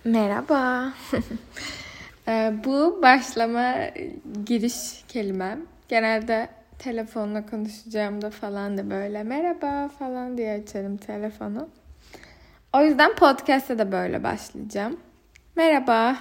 Merhaba. Bu başlama giriş kelimem. Genelde telefonla konuşacağımda falan da böyle merhaba falan diye açarım telefonu. O yüzden podcast'te de böyle başlayacağım. Merhaba.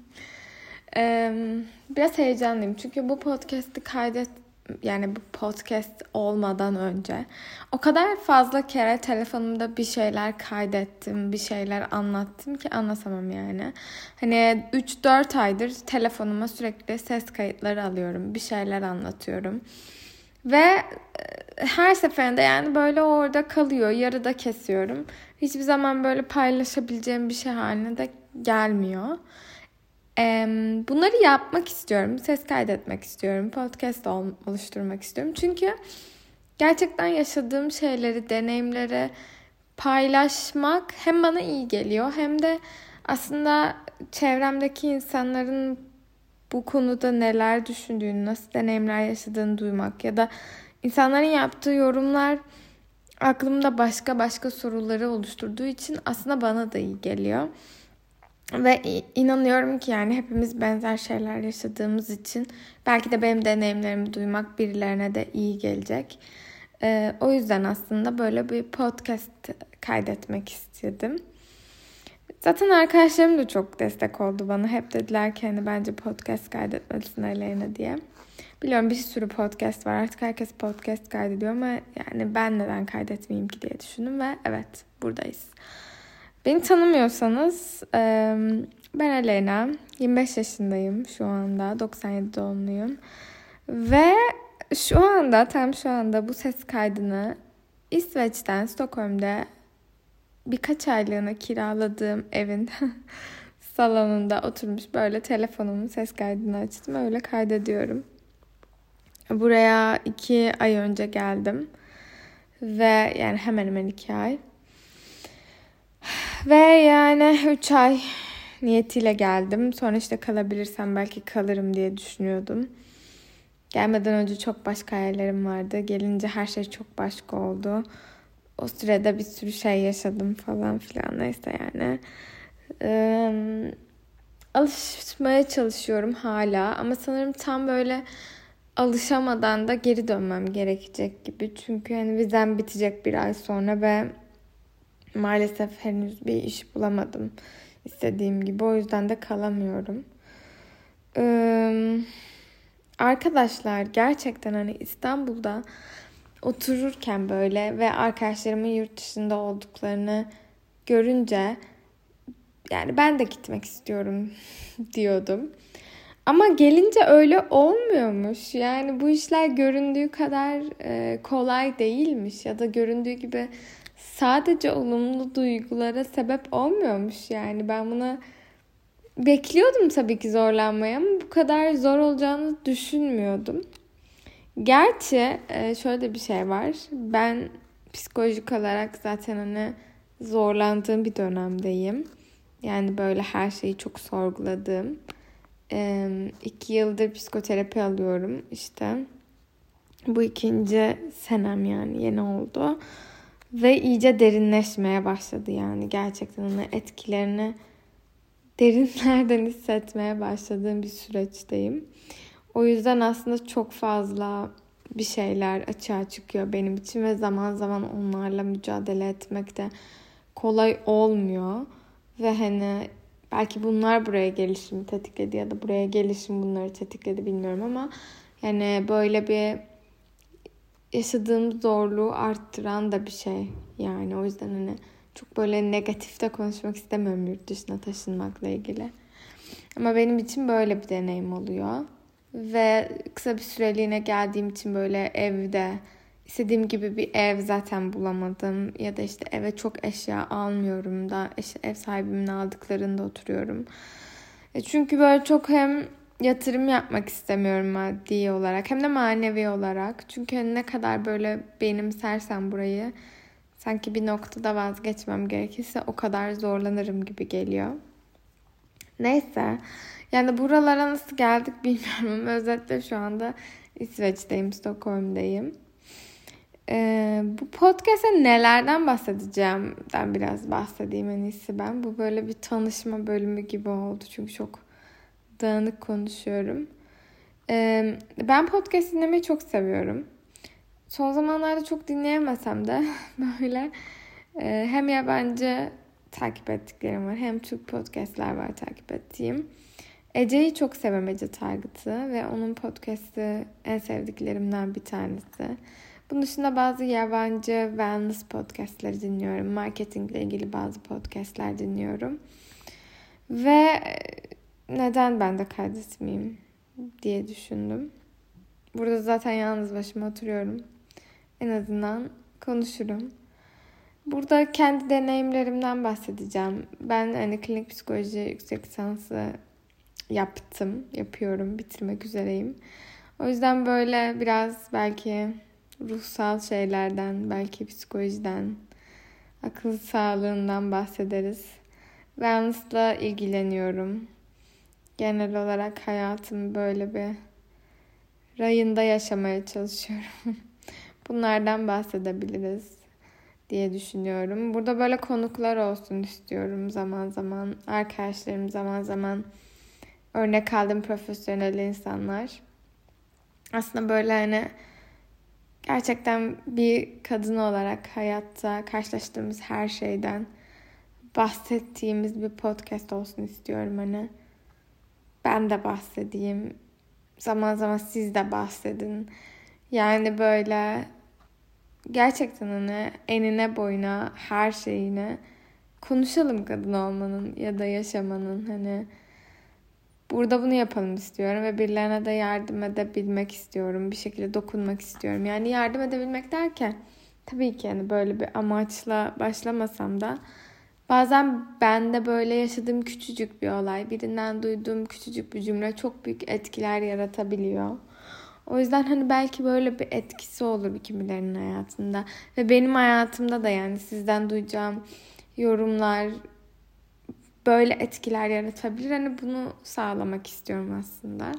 Biraz heyecanlıyım çünkü bu podcast'i bu podcast olmadan önce o kadar fazla kere telefonumda bir şeyler kaydettim, bir şeyler anlattım ki anlatamam yani. Hani 3-4 aydır telefonuma sürekli ses kayıtları alıyorum, bir şeyler anlatıyorum. Ve her seferinde yani böyle orada kalıyor, yarıda kesiyorum. Hiçbir zaman böyle paylaşabileceğim bir şey haline de gelmiyor. Bunları yapmak istiyorum. Ses kaydetmek istiyorum. Podcast oluşturmak istiyorum. Çünkü gerçekten yaşadığım şeyleri, deneyimleri paylaşmak hem bana iyi geliyor hem de aslında çevremdeki insanların bu konuda neler düşündüğünü, nasıl deneyimler yaşadığını duymak ya da insanların yaptığı yorumlar aklımda başka soruları oluşturduğu için aslında bana da iyi geliyor. Ve inanıyorum ki yani hepimiz benzer şeyler yaşadığımız için belki de benim deneyimlerimi duymak birilerine de iyi gelecek. O yüzden aslında böyle bir podcast kaydetmek istedim. Zaten arkadaşlarım da çok destek oldu bana. Hep dediler ki hani bence podcast kaydetmelisin Aleyna diye. Biliyorum bir sürü podcast var. Artık herkes podcast kaydediyor ama yani ben neden kaydetmeyeyim ki diye düşündüm ve evet buradayız. Beni tanımıyorsanız ben Aleyna, 25 yaşındayım şu anda, 97 doğumluyum. Ve tam şu anda bu ses kaydını İsveç'ten, Stockholm'da birkaç aylığına kiraladığım evin salonunda oturmuş böyle telefonumun ses kaydını açtım. Öyle kaydediyorum. Buraya 2 ay önce geldim. Ve yani hemen hemen 2 ay. Ve yani 3 ay niyetiyle geldim. Sonra işte kalabilirsem belki kalırım diye düşünüyordum. Gelmeden önce çok başka hayallerim vardı. Gelince her şey çok başka oldu. O sürede bir sürü şey yaşadım falan filan. Neyse yani. Alışmaya çalışıyorum hala. Ama sanırım tam böyle alışamadan da geri dönmem gerekecek gibi. Çünkü hani vizem bitecek bir ay sonra ve maalesef henüz bir iş bulamadım istediğim gibi. O yüzden de kalamıyorum. Arkadaşlar gerçekten hani İstanbul'da otururken böyle ve arkadaşlarımın yurt dışında olduklarını görünce yani ben de gitmek istiyorum diyordum. Ama gelince öyle olmuyormuş. Yani bu işler göründüğü kadar kolay değilmiş ya da göründüğü gibi sadece olumlu duygulara sebep olmuyormuş. Yani ben buna bekliyordum tabii ki zorlanmayı ama bu kadar zor olacağını düşünmüyordum. Gerçi şöyle bir şey var. Ben psikolojik olarak zaten hani zorlandığım bir dönemdeyim. Yani böyle her şeyi çok sorguladığım. 2 yıldır psikoterapi alıyorum işte. Bu 2. senem yani yeni oldu. Ve iyice derinleşmeye başladı yani. Gerçekten onun etkilerini derinlerden hissetmeye başladığım bir süreçteyim. O yüzden aslında çok fazla bir şeyler açığa çıkıyor benim için ve zaman zaman onlarla mücadele etmek de kolay olmuyor. Ve hani belki bunlar buraya gelişimi tetikledi ya da buraya gelişim bunları tetikledi bilmiyorum ama yani böyle bir yaşadığım zorluğu arttıran da bir şey. Yani o yüzden hani çok böyle negatifte konuşmak istemiyorum yurt dışına taşınmakla ilgili. Ama benim için böyle bir deneyim oluyor. Ve kısa bir süreliğine geldiğim için böyle evde istediğim gibi bir ev zaten bulamadım. Ya da işte eve çok eşya almıyorum da ev sahibimin aldıklarında oturuyorum. Çünkü böyle çok hem yatırım yapmak istemiyorum maddi olarak hem de manevi olarak. Çünkü hani ne kadar böyle benimsersem burayı sanki bir noktada vazgeçmem gerekirse o kadar zorlanırım gibi geliyor. Neyse. Yani buralara nasıl geldik bilmiyorum ama özetle şu anda İsveç'teyim, Stockholm'dayım. Bu podcast'te nelerden bahsedeceğimden biraz bahsedeyim en iyisi ben. Bu böyle bir tanışma bölümü gibi oldu. Çünkü çok dağınık konuşuyorum. Ben podcast dinlemeyi çok seviyorum. Son zamanlarda çok dinleyemesem de böyle hem yabancı takip ettiklerim var hem Türk podcastler var takip ettiğim. Ece'yi çok seviyorum, Ece Targıt'ı ve onun podcast'ı en sevdiklerimden bir tanesi. Bunun dışında bazı yabancı wellness podcastleri dinliyorum. Marketingle ilgili bazı podcastler dinliyorum. Ve neden ben de kaydetmeyeyim diye düşündüm. Burada zaten yalnız başıma oturuyorum. En azından konuşurum. Burada kendi deneyimlerimden bahsedeceğim. Ben hani klinik psikoloji yüksek lisansı yapıyorum, bitirmek üzereyim. O yüzden böyle biraz belki ruhsal şeylerden, belki psikolojiden, akıl sağlığından bahsederiz. Wellness'la ilgileniyorum. Genel olarak hayatımı böyle bir rayında yaşamaya çalışıyorum. Bunlardan bahsedebiliriz diye düşünüyorum. Burada böyle konuklar olsun istiyorum zaman zaman. Arkadaşlarım zaman zaman örnek aldığım profesyonel insanlar. Aslında böyle hani gerçekten bir kadın olarak hayatta karşılaştığımız her şeyden bahsettiğimiz bir podcast olsun istiyorum. Hani ben de bahsedeyim. Zaman zaman siz de bahsedin. Yani böyle gerçekten hani enine boyuna her şeyine konuşalım kadın olmanın ya da yaşamanın. Hani burada bunu yapalım istiyorum ve birilerine de yardım edebilmek istiyorum. Bir şekilde dokunmak istiyorum. Yani yardım edebilmek derken tabii ki yani böyle bir amaçla başlamasam da bazen bende böyle yaşadığım küçücük bir olay, birinden duyduğum küçücük bir cümle çok büyük etkiler yaratabiliyor. O yüzden hani belki böyle bir etkisi olur kimilerinin hayatında. Ve benim hayatımda da yani sizden duyacağım yorumlar böyle etkiler yaratabilir. Hani bunu sağlamak istiyorum aslında.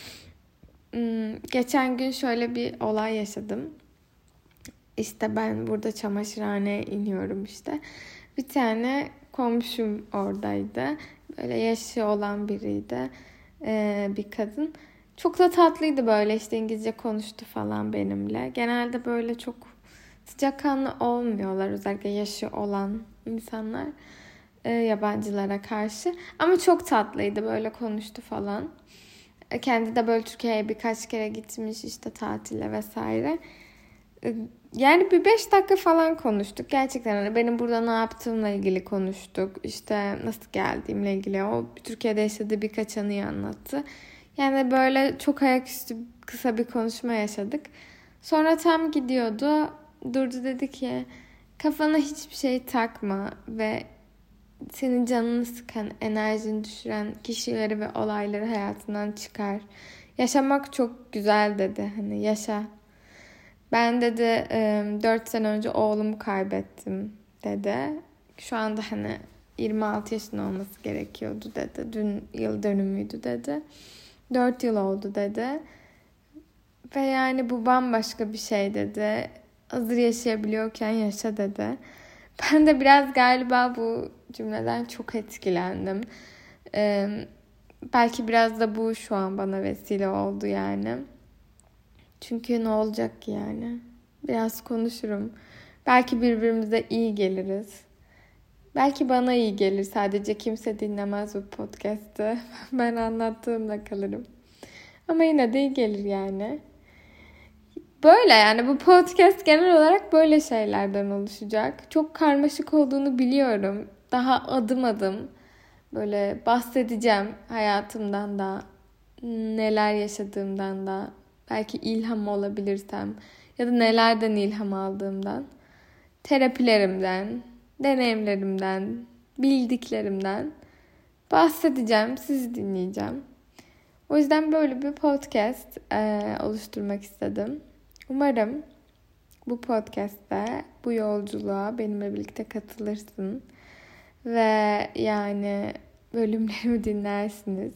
Geçen gün şöyle bir olay yaşadım. İşte ben burada çamaşırhaneye iniyorum işte. Bir tane komşum oradaydı. Böyle yaşı olan biriydi. Bir kadın. Çok da tatlıydı böyle işte İngilizce konuştu falan benimle. Genelde böyle çok sıcakkanlı olmuyorlar özellikle yaşı olan insanlar yabancılara karşı. Ama çok tatlıydı böyle konuştu falan. Kendi de böyle Türkiye'ye birkaç kere gitmiş işte tatile vesaire. Yani bir 5 dakika falan konuştuk. Gerçekten hani benim burada ne yaptığımla ilgili konuştuk. İşte nasıl geldiğimle ilgili. O Türkiye'de yaşadığı birkaç anıyı anlattı. Yani böyle çok ayaküstü kısa bir konuşma yaşadık. Sonra tam gidiyordu. Durdu dedi ki kafana hiçbir şey takma ve senin canını sıkan, enerjini düşüren kişileri ve olayları hayatından çıkar. Yaşamak çok güzel dedi. Hani yaşa. Ben dedi 4 sene önce oğlumu kaybettim dedi. Şu anda hani 26 yaşında olması gerekiyordu dedi. Dün yıl dönümüydü dedi. 4 yıl oldu dedi. Ve yani bu bambaşka bir şey dedi. Hazır yaşayabiliyorken yaşa dedi. Ben de biraz galiba bu cümleden çok etkilendim. Belki biraz da bu şu an bana vesile oldu yani. Çünkü ne olacak ki yani? Biraz konuşurum. Belki birbirimize iyi geliriz. Belki bana iyi gelir. Sadece kimse dinlemez bu podcast'ı. Ben anlattığımda kalırım. Ama yine de iyi gelir yani. Böyle yani bu podcast genel olarak böyle şeylerden oluşacak. Çok karmaşık olduğunu biliyorum. Daha adım adım böyle bahsedeceğim hayatımdan da, neler yaşadığımdan da, belki ilham olabilirsem ya da nelerden ilham aldığımdan, terapilerimden, deneyimlerimden, bildiklerimden bahsedeceğim, sizi dinleyeceğim. O yüzden böyle bir podcast oluşturmak istedim. Umarım bu podcast'te, bu yolculuğa benimle birlikte katılırsın. Ve yani bölümlerimi dinlersiniz.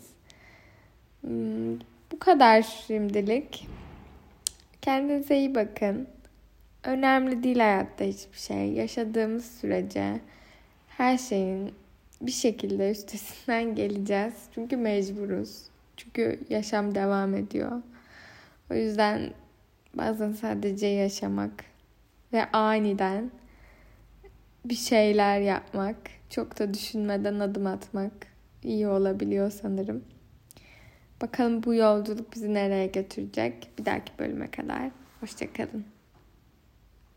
Bu kadar şimdilik. Kendinize iyi bakın. önemli değil hayatta hiçbir şey. Yaşadığımız sürece her şeyin bir şekilde üstesinden geleceğiz. Çünkü mecburuz. Çünkü yaşam devam ediyor. O yüzden bazen sadece yaşamak ve aniden bir şeyler yapmak, çok da düşünmeden adım atmak iyi olabiliyor sanırım. Bakalım bu yolculuk bizi nereye götürecek? Bir dahaki bölüme kadar. Hoşça kalın.